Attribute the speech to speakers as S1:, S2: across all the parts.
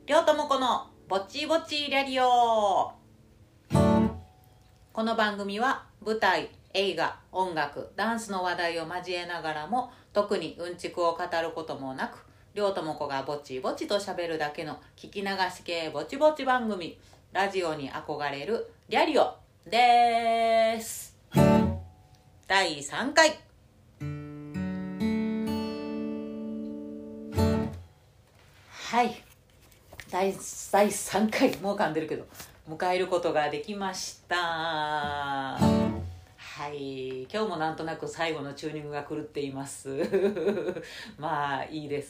S1: りょうともこのぼちぼちラリオ。この番組は舞台、映画、音楽、ダンスの話題を交えながらも特にうんちくを語ることもなく、りょうともこがぼちぼちと喋るだけの聞き流し系ぼちぼち番組、ラジオに憧れるリャリオです。第3回。はい、第3回、もう噛んでるけど迎えることができました。はい、今日もなんとなく最後のチューニングが狂っていますまあいいです。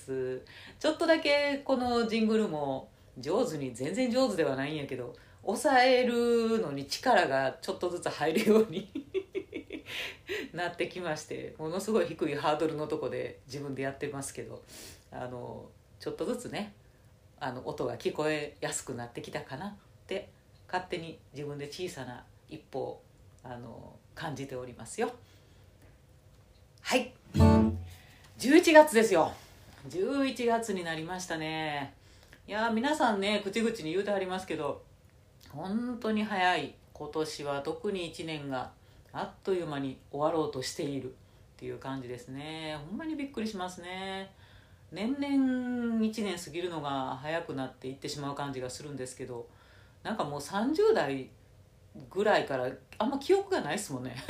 S1: ちょっとだけこのジングルも全然上手ではないんやけど、抑えるのに力がちょっとずつ入るようになってきまして、ものすごい低いハードルのとこで自分でやってますけど、ちょっとずつね、音が聞こえやすくなってきたかなって勝手に自分で小さな一歩を感じておりますよ。はい、11月ですよ。11月になりましたね。いや皆さんね、口々に言うてはりますけど、本当に早い。今年は特に1年があっという間に終わろうとしているっていう感じですね。ほんまにびっくりしますね。年々1年過ぎるのが早くなっていってしまう感じがするんですけど、なんかもう30代ぐらいからあんま記憶がないですもんね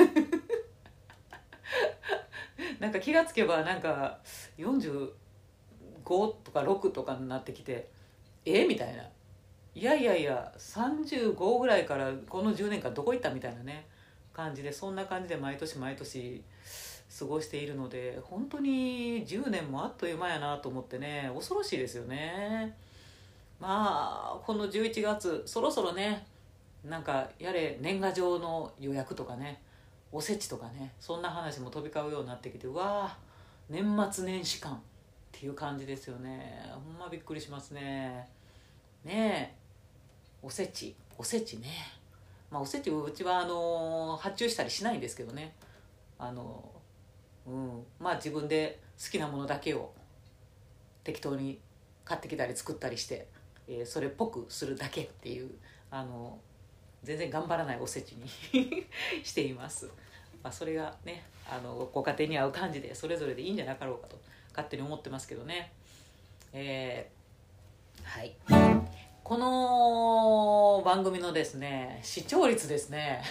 S1: なんか気がつけばなんか45とか6とかになってきて、みたいな、いや35ぐらいからこの10年間どこ行ったみたいなね感じで、そんな感じで毎年毎年過ごしているので、本当に10年もあっという間やなと思ってね、恐ろしいですよね。まあこの11月そろそろね、なんかやれ年賀状の予約とかね、おせちとかね、そんな話も飛び交うようになってきて、うわー年末年始感っていう感じですよね。ほんまびっくりしますね。ねえ、おせちね。まあおせちうちは発注したりしないんですけどね、まあ自分で好きなものだけを適当に買ってきたり作ったりして、それっぽくするだけっていう、全然頑張らないおせちにしています。まあ、それがね、ご家庭に合う感じでそれぞれでいいんじゃなかろうかと勝手に思ってますけどね。はい、この番組のですね、視聴率ですね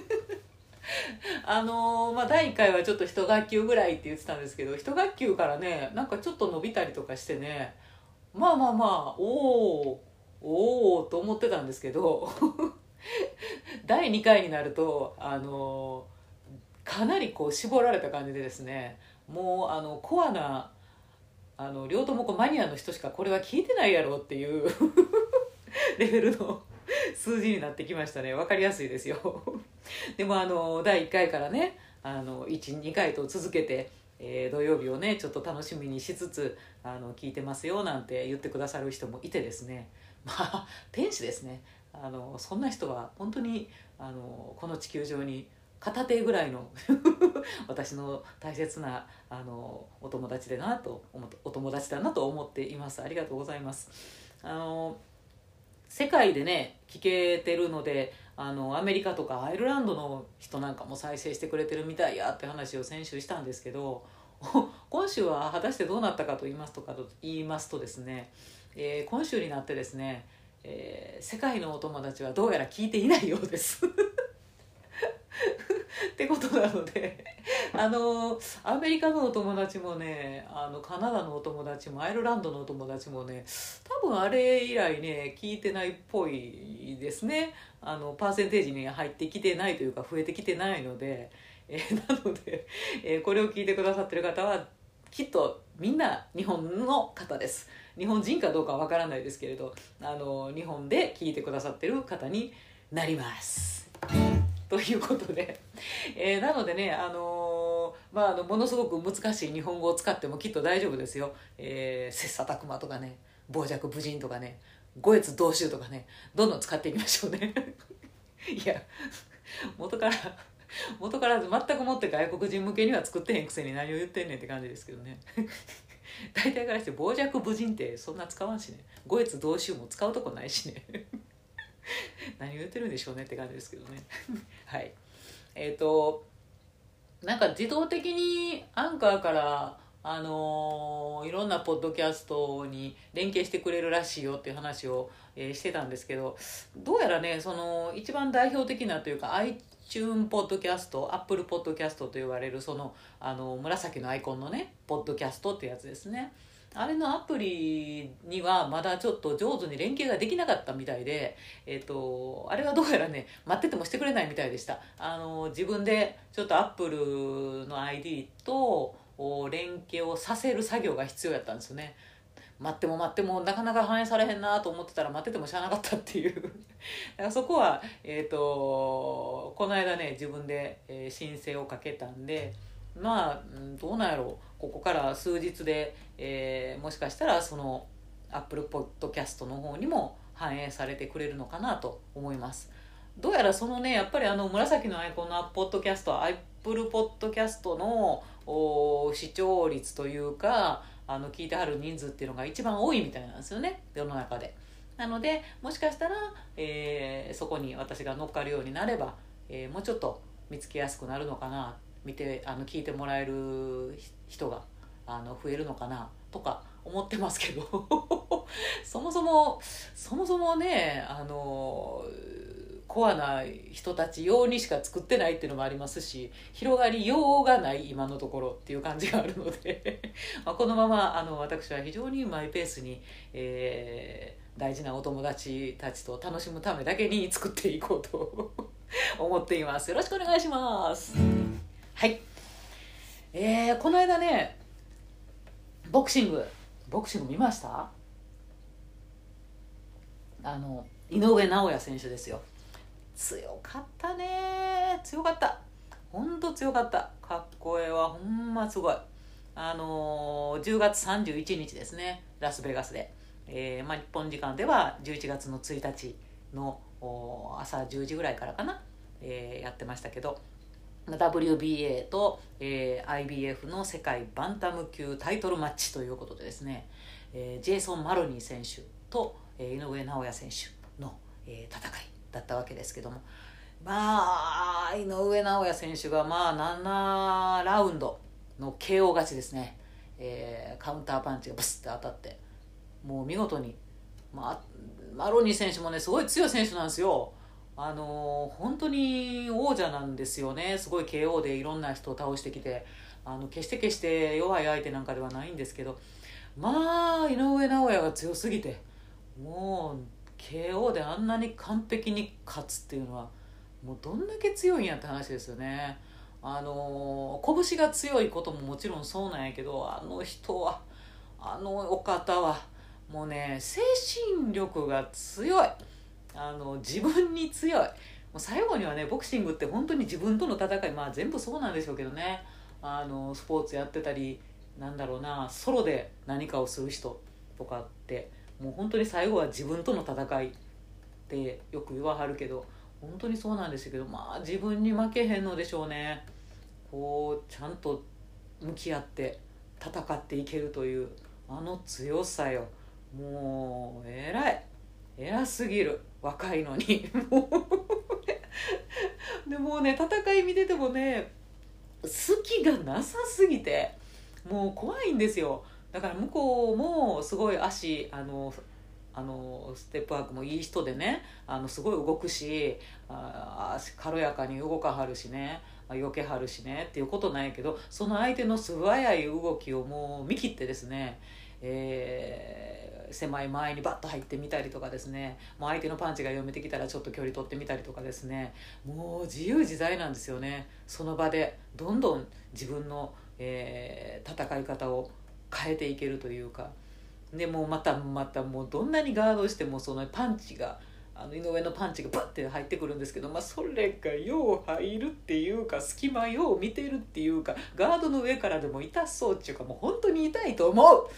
S1: 第1回はちょっと一学級ぐらいって言ってたんですけど、一学級からね、なんかちょっと伸びたりとかしてね、まあおーと思ってたんですけど第2回になるとかなりこう絞られた感じでですね、もうコアな両友子マニアの人しかこれは聞いてないやろっていうレベルの数字になってきましたね。分かりやすいですよでも第1回からね、1、2回と続けて、土曜日をねちょっと楽しみにしつつ聞いてますよなんて言ってくださる人もいてですね、まあ天使ですね。そんな人は本当にこの地球上に片手ぐらいの私の大切なお友達だなと思っています。ありがとうございます。世界でね聞けてるので、アメリカとかアイルランドの人なんかも再生してくれてるみたいやって話を先週したんですけど今週は果たしてどうなったかと言いますとですね、今週になってですね、世界のお友達はどうやら聞いていないようですってことなのでアメリカのお友達もね、カナダのお友達もアイルランドのお友達もね、多分あれ以来ね聞いてないっぽいですね。パーセンテージに入ってきてないというか増えてきてないので、なので、これを聞いてくださってる方はきっとみんな日本の方です。日本人かどうかはわからないですけれど、日本で聞いてくださってる方になりますということで、なのでね、ものすごく難しい日本語を使ってもきっと大丈夫ですよ。切磋琢磨とかね、傍若無人とかね、五越同州とかね、どんどん使っていきましょうねいや元から全くもって外国人向けには作ってへんくせに何を言ってんねんって感じですけどね大体からして傍若無人ってそんな使わんしね、五越同州も使うとこないしね何言ってるんでしょうねって感じですけどねはい。なんか自動的にアンカーからいろんなポッドキャストに連携してくれるらしいよっていう話を、してたんですけど、どうやらね、その一番代表的なというか iTunes ポッドキャスト、Apple ポッドキャストと言われるその紫のアイコンのねポッドキャストってやつですね、あれのアプリにはまだちょっと上手に連携ができなかったみたいで、あれはどうやらね待っててもしてくれないみたいでした。自分でちょっとアップルの ID と連携をさせる作業が必要やったんですよね。待っても待ってもなかなか反映されへんなと思ってたら待っててもしゃあなかったっていうだからそこは、この間ね自分で、申請をかけたんで、まあどうなんやろう、ここから数日で、もしかしたらその Apple Podcast の方にも反映されてくれるのかなと思います。どうやらそのねやっぱり紫のアイコンのポッドキャスト、Apple Podcast の視聴率というか聞いてはる人数っていうのが一番多いみたいなんですよね、世の中で。なのでもしかしたら、そこに私が乗っかるようになれば、もうちょっと見つけやすくなるのかな、見て聞いてもらえる人が増えるのかなとか思ってますけどそもそもねコアな人たち用にしか作ってないっていうのもありますし、広がりようがない今のところっていう感じがあるのでこのまま私は非常にマイペースに、大事なお友達たちと楽しむためだけに作っていこうと思っています。よろしくお願いします。はい。この間ねボクシング見ました？井上尚弥選手ですよ。強かったね、強かった、ほんと強かった。かっこええわ、ほんますごい。10月31日ですね、ラスベガスで、日本時間では11月の1日の朝10時ぐらいからかな、やってましたけど、WBA と、IBF の世界バンタム級タイトルマッチということでですね、ジェイソン・マロニー選手と、井上尚弥選手の、戦いだったわけですけども、井上尚弥選手が7ラウンドの KO 勝ちですね、カウンターパンチがブスって当たって、もう見事に、マロニー選手もねすごい強い選手なんですよ。本当に王者なんですよね。すごい KO でいろんな人を倒してきて、決して弱い相手なんかではないんですけど、井上尚弥が強すぎて、もう KO であんなに完璧に勝つっていうのはもうどんだけ強いんやって話ですよね。拳が強いことももちろんそうなんやけど、人はお方はもうね精神力が強い、自分に強い。もう最後にはねボクシングって本当に自分との戦い、全部そうなんでしょうけどね、スポーツやってたりソロで何かをする人とかってもう本当に最後は自分との戦いってよく言わはるけど、本当にそうなんですけど、自分に負けへんのでしょうね。こうちゃんと向き合って戦っていけるという強さよ。もう偉すぎる、若いのにでもうね戦い見ててもね好きがなさすぎてもう怖いんですよ。だから向こうもすごい足ステップワークもいい人でね、すごい動くし、足軽やかに動かはるしね、避けはるしねっていうことなんやけど、その相手の素早い動きをもう見切ってですね、狭い前にバッと入ってみたりとかですね、もう相手のパンチが読めてきたらちょっと距離取ってみたりとかですね、もう自由自在なんですよね。その場でどんどん自分の、戦い方を変えていけるというか。でもうまたもうどんなにガードしてもそのパンチが井上のパンチがバッて入ってくるんですけど、それがよう入るっていうか、隙間よう見てるっていうか、ガードの上からでも痛そうっていうか、もう本当に痛いと思う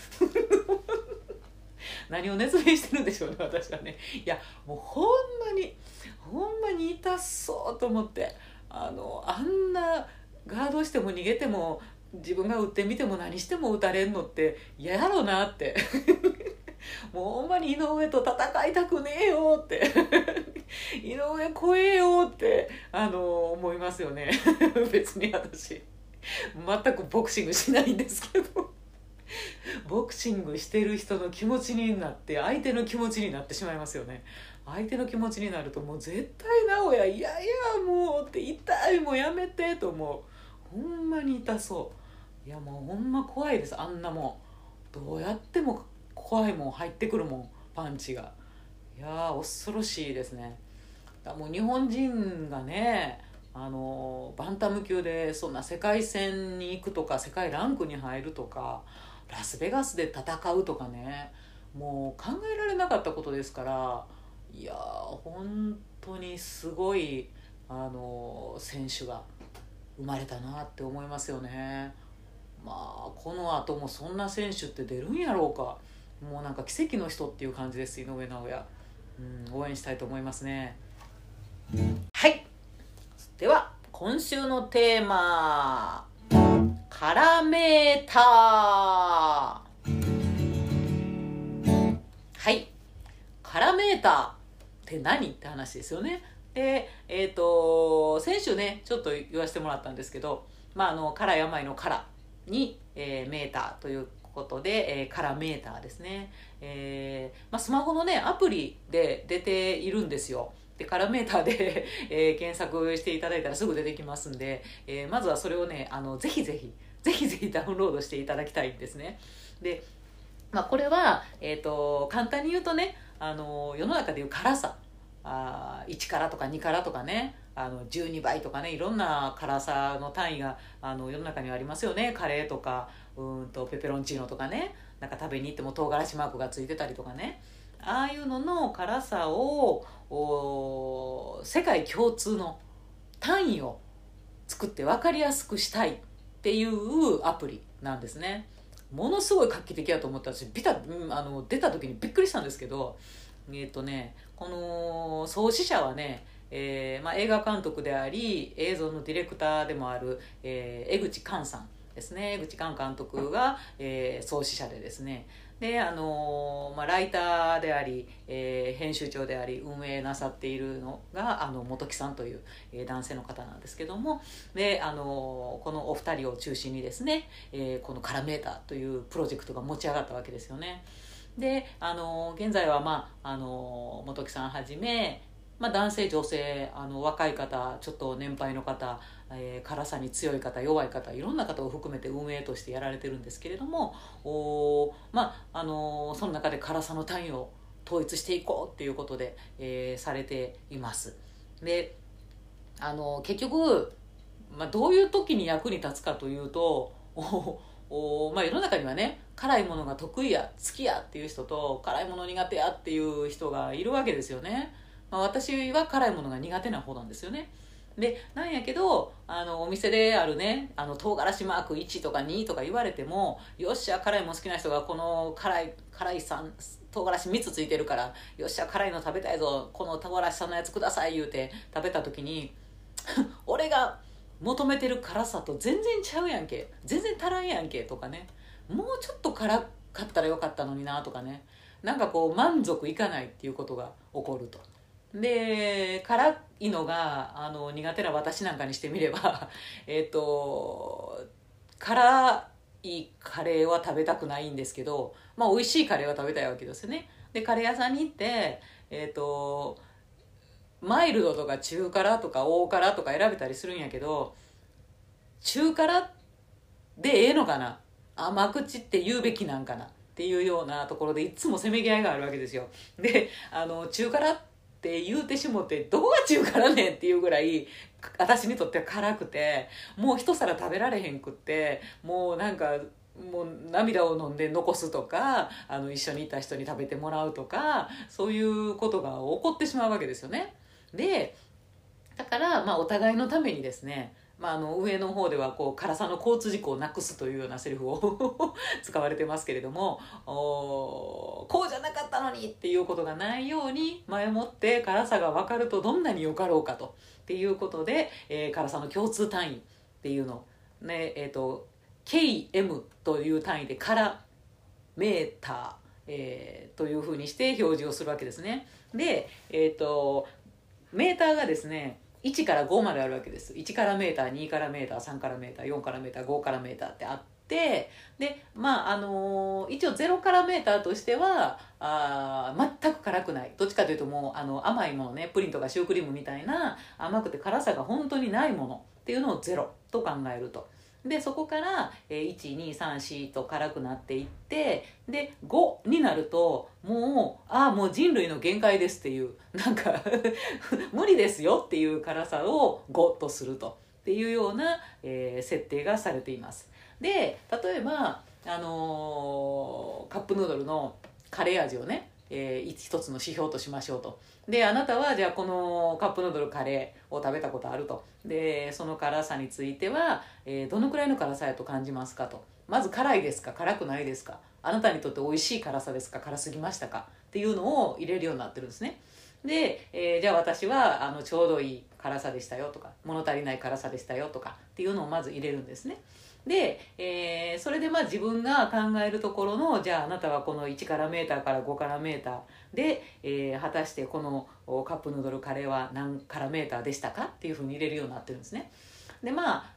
S1: 何を熱弁してるんでしょうね私はね。いやもうほんまに痛そうと思って、あんなガードしても逃げても自分が打ってみても何しても打たれんのって嫌やろうなってもうほんまに井上と戦いたくねえよって井上超えようって思いますよね別に私全くボクシングしないんですけどボクシングしてる人の気持ちになって相手の気持ちになってしまいますよね。相手の気持ちになるともう絶対なおやいやいやもうって痛いもうやめてと思う。ほんまに痛そう。いやもうほんま怖いです。あんなもんどうやっても怖いもん入ってくるもんパンチが。いやー恐ろしいですね。だからもう日本人がねバンタム級でそんな世界戦に行くとか世界ランクに入るとかラスベガスで戦うとかねもう考えられなかったことですから、いやー本当にすごい選手が生まれたなって思いますよね。まあこの後もそんな選手って出るんやろうか。もうなんか奇跡の人っていう感じです。井上尚弥、応援したいと思いますね。はい、では今週のテーマ、カラメーター。はい、カラメーターって何って話ですよね。で先週ねちょっと言わせてもらったんですけど、辛い病の辛に、メーターということで、カラメーターですね。スマホのねアプリで出ているんですよ。でカラメーターで検索していただいたらすぐ出てきますんで、まずはそれをねぜひぜひダウンロードしていただきたいんですね。で、これは、簡単に言うとね世の中でいう辛さ、1辛とか2辛とかね12倍とかねいろんな辛さの単位が世の中にはありますよね。カレーとかペペロンチーノとかね、なんか食べに行っても唐辛子マークがついてたりとかね、ああいうのの辛さを世界共通の単位を作って分かりやすくしたいっていうアプリなんですね。ものすごい画期的だと思ったし出た時にびっくりしたんですけど、この創始者はね、映画監督であり映像のディレクターでもある、江口寛さんですね。江口寛監督が、創始者でですね、でライターであり、編集長であり運営なさっているのが本木さんという、男性の方なんですけども、でこのお二人を中心にですね、このカラメーターというプロジェクトが持ち上がったわけですよね。で現在は、本木さんはじめ、男性女性若い方ちょっと年配の方、辛さに強い方弱い方いろんな方を含めて運営としてやられてるんですけれども、その中で辛さの単位を統一していこうっていうことで、されています。で結局、どういう時に役に立つかというと世の中にはね辛いものが得意や好きやっていう人と辛いもの苦手やっていう人がいるわけですよね。私は辛いものが苦手な方なんですよね。でなんやけどお店であるね唐辛子マーク1とか2とか言われても、よっしゃ辛いもん好きな人がこの辛い唐辛子3つついてるからよっしゃ辛いの食べたいぞこの唐辛子さんのやつください言うて食べた時に俺が求めてる辛さと全然ちゃうやんけ全然足らんやんけとかね、もうちょっと辛かったらよかったのになとかね、なんかこう満足いかないっていうことが起こると。で辛いのが苦手な私なんかにしてみれば辛いカレーは食べたくないんですけど、美味しいカレーは食べたいわけですよね。でカレー屋さんに行ってマイルドとか中辛とか大辛とか選べたりするんやけど、中辛でええのかな、甘口って言うべきなんかなっていうようなところでいつもせめぎ合いがあるわけですよ。で中辛って言うてしもってどこが中辛ねんっていうぐらい私にとっては辛くて、もう一皿食べられへんくって、もうなんかもう涙を飲んで残すとか一緒にいた人に食べてもらうとかそういうことが起こってしまうわけですよね。でだからお互いのためにですね、上の方ではこう辛さの交通事故をなくすというようなセリフを使われてますけれども、こうじゃなかったのにっていうことがないように前もって辛さが分かるとどんなによかろうかとっていうことで、辛さの共通単位っていうのね km という単位で辛メーター、というふうにして表示をするわけですね。で、メーターがですね1から5まであるわけです。1からメーター、2からメーター、3からメーター、4からメーター、5からメーターってあって、で一応0からメーターとしては全く辛くない、どっちかというともう甘いものね、プリンとかシュークリームみたいな甘くて辛さが本当にないものっていうのを0と考えると。でそこから1234と辛くなっていって、で5になるともう人類の限界ですっていう、なんか無理ですよっていう辛さを5とするとっていうような、設定がされています。で例えば、カップヌードルのカレー味をね、一つの指標としましょうと。であなたはじゃあこのカップヌードルカレーを食べたことあると。でその辛さについては、どのくらいの辛さやと感じますかと。まず辛いですか、辛くないですか、あなたにとって美味しい辛さですか、辛すぎましたかっていうのを入れるようになってるんですね。で、じゃあ私はちょうどいい辛さでしたよとか、物足りない辛さでしたよとかっていうのをまず入れるんですね。で、それで自分が考えるところの、じゃああなたはこの1からメーターから5からメーターで、果たしてこのカップヌードルカレーは何からメーターでしたかっていうふうに入れるようになってるんですね。で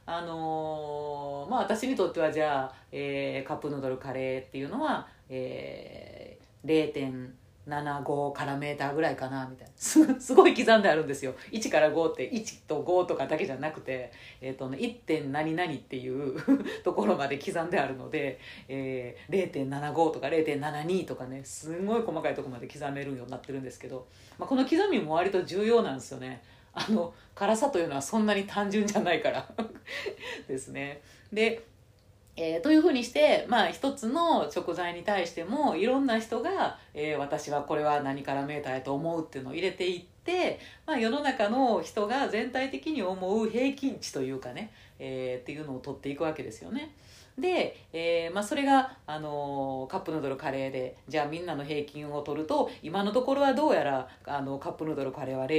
S1: 私にとってはじゃあ、カップヌードルカレーっていうのは、0.75カラメーターぐらいかなみたいなすごい刻んであるんですよ。1から5って1と5とかだけじゃなくて、1. 点何々っていうところまで刻んであるので、0.75 とか 0.72 とかね、すごい細かいところまで刻めるようになってるんですけど、この刻みも割と重要なんですよね。辛さというのはそんなに単純じゃないからですね。でというふうにして、一つの食材に対してもいろんな人が、私はこれは何からメーターやと思うっていうのを入れていって、世の中の人が全体的に思う平均値というかね、っていうのを取っていくわけですよね。で、それが、カップヌードルカレーで、じゃあみんなの平均を取ると今のところはどうやらカップヌードルカレーは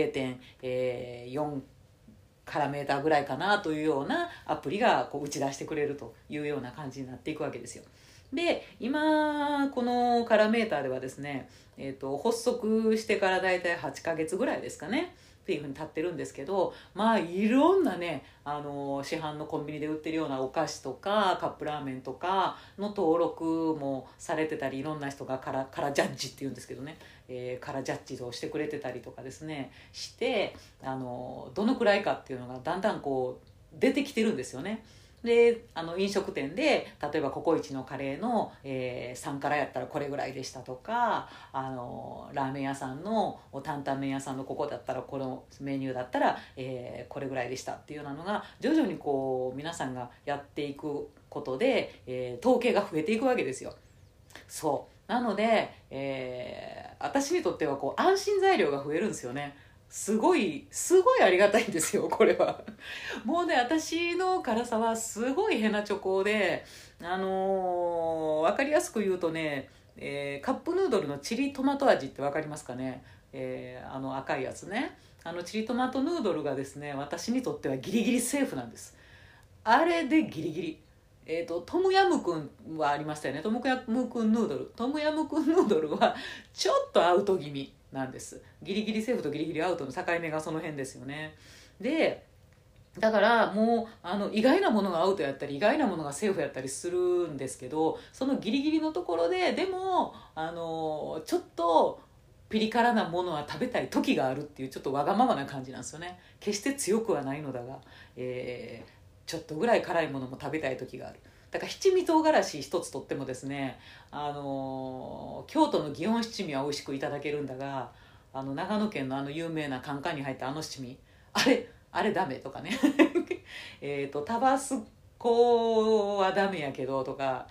S1: 0.4カラメーターぐらいかなというようなアプリが打ち出してくれるというような感じになっていくわけですよ。で今このカラメーターではですね、発足してからだいたい8ヶ月ぐらいですかねっていうふうに経ってるんですけど、いろんなね市販のコンビニで売ってるようなお菓子とかカップラーメンとかの登録もされてたり、いろんな人がカラジャッジっていうんですけどね、カラジャッジをしてくれてたりとかですねして、どのくらいかっていうのがだんだん出てきてるんですよね。で飲食店で例えばココイチのカレーの、3辛やったらこれぐらいでしたとか、ラーメン屋さんの担々麺屋さんのここだったらこのメニューだったら、これぐらいでしたっていうようなのが徐々に皆さんがやっていくことで、統計が増えていくわけですよ。そうなので、私にとっては安心材料が増えるんですよね。すごいありがたいんですよこれは。もうね、私の辛さはすごいヘナチョコで、分かりやすく言うとね、カップヌードルのチリトマト味って分かりますかね、赤いやつね、チリトマトヌードルがですね、私にとってはギリギリセーフなんです。あれでギリギリ、トムヤムクンはありましたよね。トムヤムクンヌードル、トムヤムクンヌードルはちょっとアウト気味なんです。ギリギリセーフとギリギリアウトの境目がその辺ですよね。でだからもう意外なものがアウトやったり意外なものがセーフやったりするんですけど、そのギリギリのところででもちょっとピリ辛なものは食べたい時があるっていう、ちょっとわがままな感じなんですよね。決して強くはないのだが、ちょっとぐらい辛いものも食べたい時がある。だから七味唐辛子一つとってもですね、京都の祇園七味は美味しくいただけるんだが、長野県の有名なカンカンに入った七味、あれダメとかねタバスコはダメやけどとか、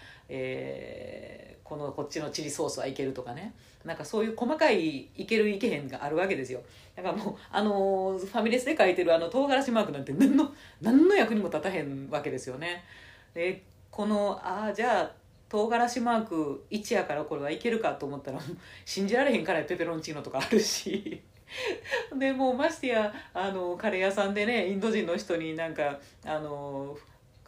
S1: こっちのチリソースはいけるとかね、なんかそういう細かいいけるいけへんがあるわけですよ。だからもうファミレスで書いてる唐辛子マークなんて何の役にも立たへんわけですよね。でじゃあ唐辛子マーク1やからこれはいけるかと思ったら信じられへんからペペロンチーノとかあるしでもうましてやカレー屋さんでね、インド人の人になんか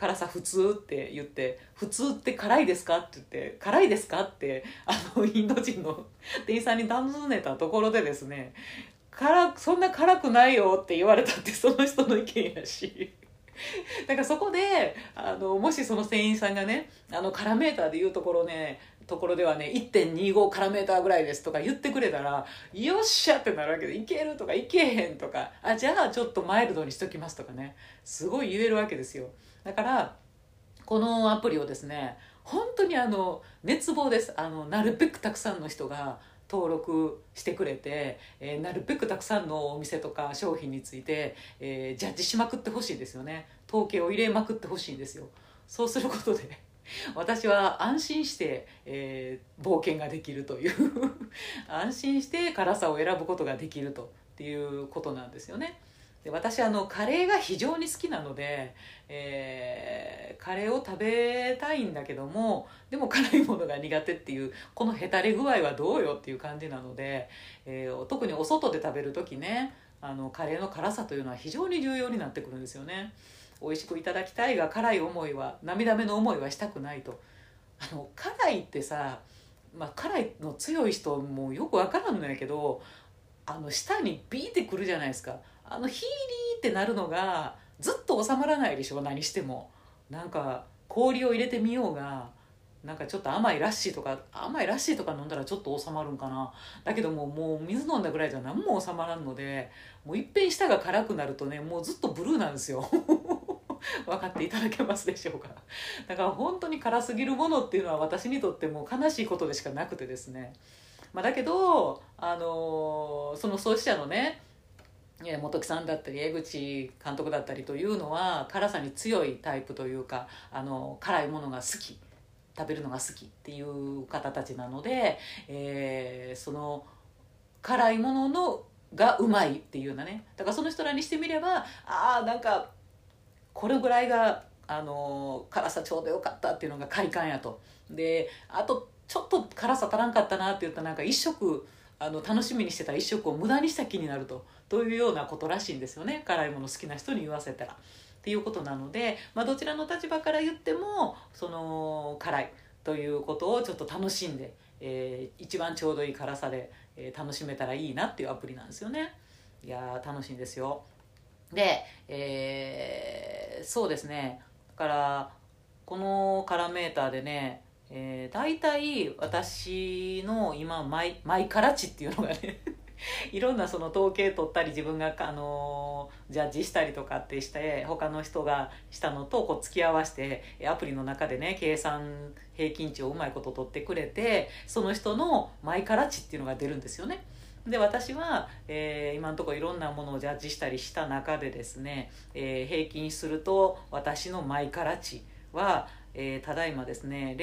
S1: 辛さ普通って言って、普通って辛いですかって言って、辛いですかってインド人の店員さんに尋ねたところでですね、そんな辛くないよって言われたってその人の意見やしだからそこでもしその店員さんがね、カラメーターでいうところではね 1.25 カラメーターぐらいですとか言ってくれたら、よっしゃってなるわけで、いけるとかいけへんとか、じゃあちょっとマイルドにしときますとかね、すごい言えるわけですよ。だからこのアプリをですね、本当に熱望です。なるべくたくさんの人が登録してくれて、なるべくたくさんのお店とか商品について、ジャッジしまくってほしいですよね。統計を入れまくってほしいんですよ。そうすることで私は安心して、冒険ができるという安心して辛さを選ぶことができるっていうことなんですよね。で、私カレーが非常に好きなので、カレーを食べたいんだけども、でも辛いものが苦手っていうこのへたれ具合はどうよっていう感じなので、特にお外で食べる時ね、カレーの辛さというのは非常に重要になってくるんですよね。美味しくいただきたいが、涙目の思いはしたくないと。辛いってさ、辛いの強い人もよくわからんのやけど、舌にビーってくるじゃないですか。ヒーリーってなるのがずっと収まらないでしょ、何しても。なんか氷を入れてみようが、なんかちょっと甘いラッシーとか飲んだらちょっと収まるんかな。だけどもう水飲んだぐらいじゃ何も収まらんので、もういっぺん舌が辛くなるとね、もうずっとブルーなんですよ分かっていただけますでしょうか。だから本当に辛すぎるものっていうのは私にとっても悲しいことでしかなくてですね、だけど、その創始者のね、本木さんだったり江口監督だったりというのは辛さに強いタイプというか、辛いものが好き、食べるのが好きっていう方たちなので、その辛いものがうまいっていうようなね、だからその人らにしてみれば、なんかこれぐらいが辛さちょうどよかったっていうのが快感やと。で、あとちょっと辛さ足らんかったなって言ったら、なんか一食楽しみにしてた一食を無駄にした気になるというようなことらしいんですよね、辛いもの好きな人に言わせたらっていうことなので、どちらの立場から言ってもその辛いということをちょっと楽しんで、一番ちょうどいい辛さで、楽しめたらいいなっていうアプリなんですよね。いや楽しいんですよ。で、そうですね、だからこのカラメーターでね、大体私の今マイカラ値っていうのがねいろんなその統計取ったり、自分が、ジャッジしたりとかってして他の人がしたのとこう付き合わせて、アプリの中でね計算平均値をうまいこと取ってくれて、その人のマイカラ値っていうのが出るんですよね。で、私は、今のところいろんなものをジャッジしたりした中でですね、平均すると私のマイカラ値は、ただいまですね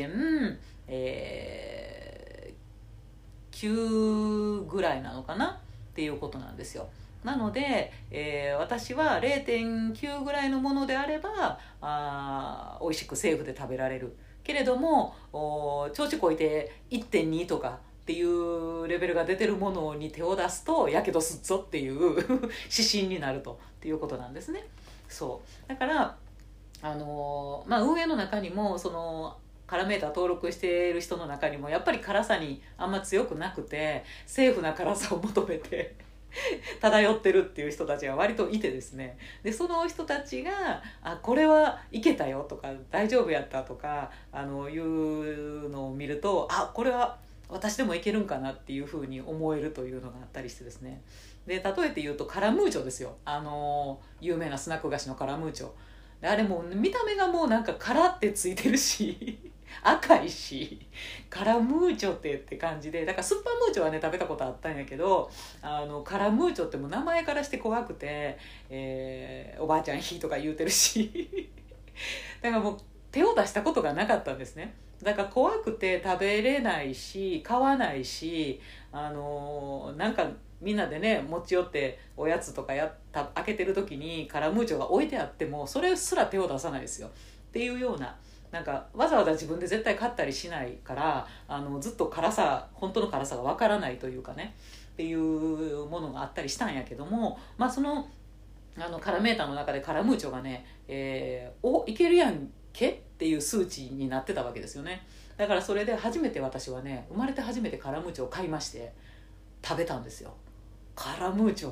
S1: 0.9ぐらいなのかなっていうことなんですよ。なので、私は 0.9 ぐらいのものであれば美味しくセーフで食べられるけれども、調子こいて 1.2 とかっていうレベルが出てるものに手を出すとやけどすっぞっていう指針になるっていうことなんですね。そうだから運営の中にもそのカラメーター登録している人の中にもやっぱり辛さにあんま強くなくて、セーフな辛さを求めて漂ってるっていう人たちが割といてですね、でその人たちがこれはいけたよとか大丈夫やったとかいうのを見ると、これは私でもいけるんかなっていうふうに思えるというのがあったりしてですね。で、例えて言うとカラムーチョですよ。有名なスナック菓子のカラムーチョ。あれも見た目がもうなんかカラってついてるし赤いし、カラムーチョって感じで、だからスッパムーチョはね食べたことあったんやけど、カラムーチョってもう名前からして怖くて、おばあちゃんひとか言うてるしだからもう手を出したことがなかったんですね。だから怖くて食べれないし買わないし、なんかみんなでね持ち寄っておやつとか開けてる時にカラムーチョが置いてあってもそれすら手を出さないですよっていうような、なんかわざわざ自分で絶対買ったりしないから、ずっと本当の辛さがわからないというかねっていうものがあったりしたんやけども、そのカラメーターの中でカラムーチョがね、いけるやんけっていう数値になってたわけですよね。だからそれで初めて私はね、生まれて初めてカラムーチョを買いまして食べたんですよ。カラムーチョ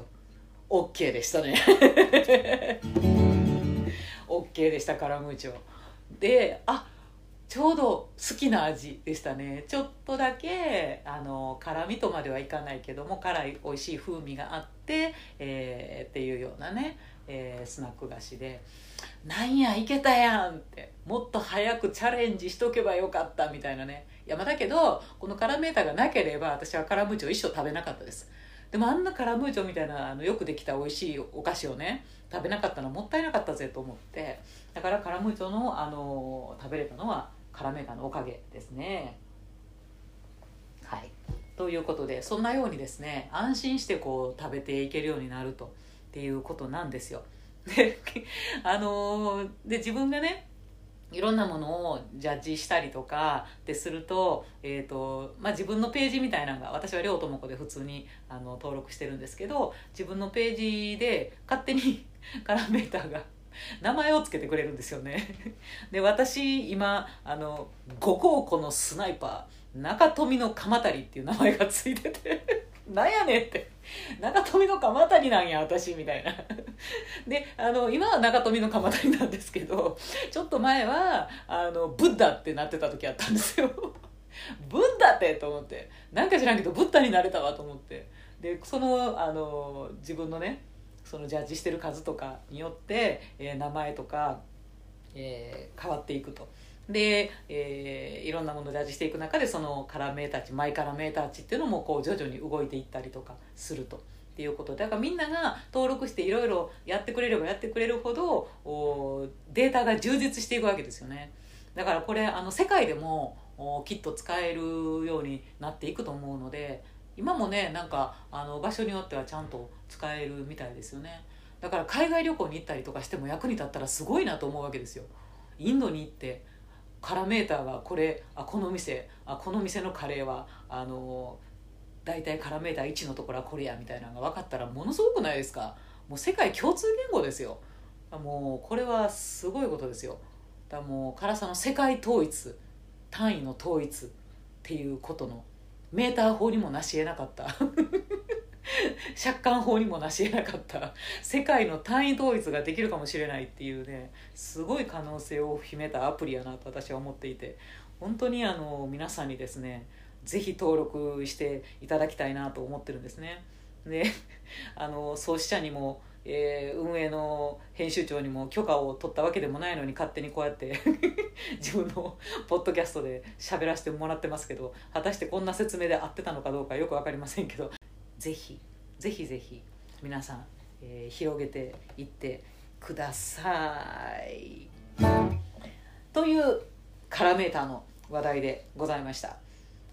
S1: OK でしたね。OK でした、カラムーチョで。ちょうど好きな味でしたね。ちょっとだけ辛みとまではいかないけども、辛い美味しい風味があって、っていうようなね、スナック菓子で、なんやいけたやんって、もっと早くチャレンジしとけばよかったみたいなね。いや、だけどこのカラメーターがなければ私はカラムーチョ一生食べなかったです。でもあんなカラムーチョみたいなよくできた美味しいお菓子をね食べなかったのはもったいなかったぜと思って、だからカラムーチョの食べれたのはカラメーターのおかげですね。はい、ということで、そんなようにですね、安心してこう食べていけるようになるとっていうことなんですよ。で、で自分がねいろんなものをジャッジしたりとかですると、自分のページみたいなのが、私は両友子で普通に登録してるんですけど、自分のページで勝手にカラメーターが名前をつけてくれるんですよね。で、私今五高校のスナイパー中富の鎌足っていう名前がついててなんやねんって、中富の鎌足なんや私みたいな。で今は中富の鎌足なんですけど、ちょっと前はブッダってなってた時あったんですよ。ブッダってと思って、なんか知らんけどブッダになれたわと思って、でその自分のねそのジャッジしてる数とかによって、名前とか、変わっていくと。で、いろんなものをジャッジしていく中で、そのカラメーター値、マイカラメーター値っていうのもこう徐々に動いていったりとかするとっていうことで、だからみんなが登録していろいろやってくれればやってくれるほどデータが充実していくわけですよね。だからこれ世界でもきっと使えるようになっていくと思うので、今もねなんか場所によってはちゃんと使えるみたいですよね。だから海外旅行に行ったりとかしても役に立ったらすごいなと思うわけですよ。インドに行ってカラメーターがこれ、この店のカレーはだいたいカラメーター1のところはこれやみたいなのが分かったらものすごくないですか。もう世界共通言語ですよ。もうこれはすごいことですよ。だからもう辛さの世界統一、単位の統一っていうことのメーター法にもなし得なかった借款法にもなし得なかった世界の単位統一ができるかもしれないっていうね、すごい可能性を秘めたアプリやなと私は思っていて、本当に皆さんにですねぜひ登録していただきたいなと思ってるんですね。で創始者にも、運営の編集長にも許可を取ったわけでもないのに勝手にこうやって自分のポッドキャストで喋らせてもらってますけど、果たしてこんな説明で合ってたのかどうかよく分かりませんけど、ぜひぜひぜひ皆さん、広げていってくださいというカラメーターの話題でございました。ト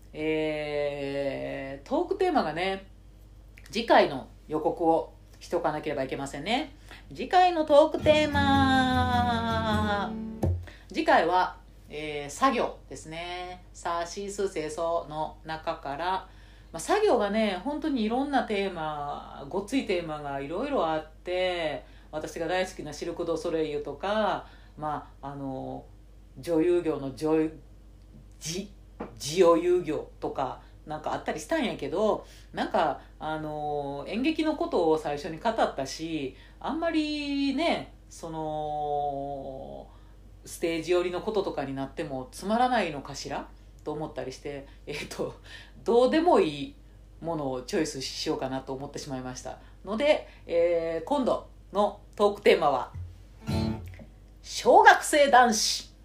S1: ークテーマがね、次回の予告をしておかなければいけませんね。次回のトークテーマ、次回は、作業ですね。さしすせその中から、作業がね本当にいろんなテーマ、ごっついテーマがいろいろあって、私が大好きなシルク・ドゥ・ソレイユとか、女優業の自由業とかなんかあったりしたんやけど、なんか演劇のことを最初に語ったし、あんまりねそのステージ寄りのこととかになってもつまらないのかしらと思ったりして、どうでもいいものをチョイスしようかなと思ってしまいましたので、今度のトークテーマは小学生男子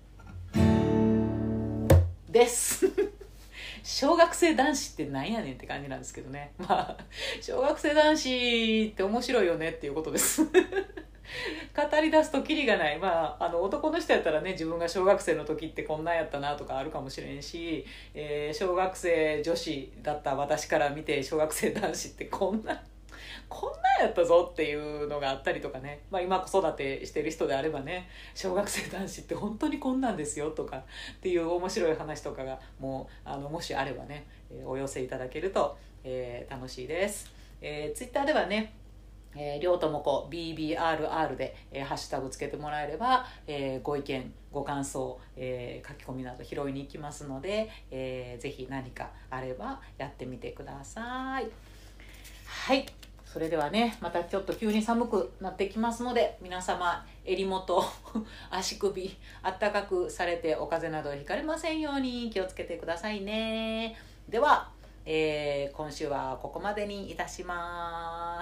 S1: です小学生男子ってなんやねんって感じなんですけどね。小学生男子って面白いよねっていうことです語り出すとキリがない。男の人やったらね、自分が小学生の時ってこんなんやったなとかあるかもしれんし、小学生女子だった私から見て小学生男子ってこんなんやったぞっていうのがあったりとかね、今子育てしてる人であればね、小学生男子って本当にこんなんですよとかっていう面白い話とかがもしあればね、お寄せいただけると、楽しいです。ツイッターではねりょうともこ BBRR で、ハッシュタグつけてもらえれば、ご意見ご感想、書き込みなど拾いに行きますので、ぜひ何かあればやってみてください。はい、それではね、またちょっと急に寒くなってきますので、皆様襟元足首あったかくされてお風邪などひかれませんように気をつけてくださいね。では、今週はここまでにいたします。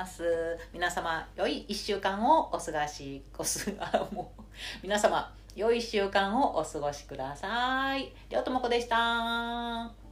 S1: 皆様良い1週間をもう皆様良い1週間をお過ごしください。りょうともこでした。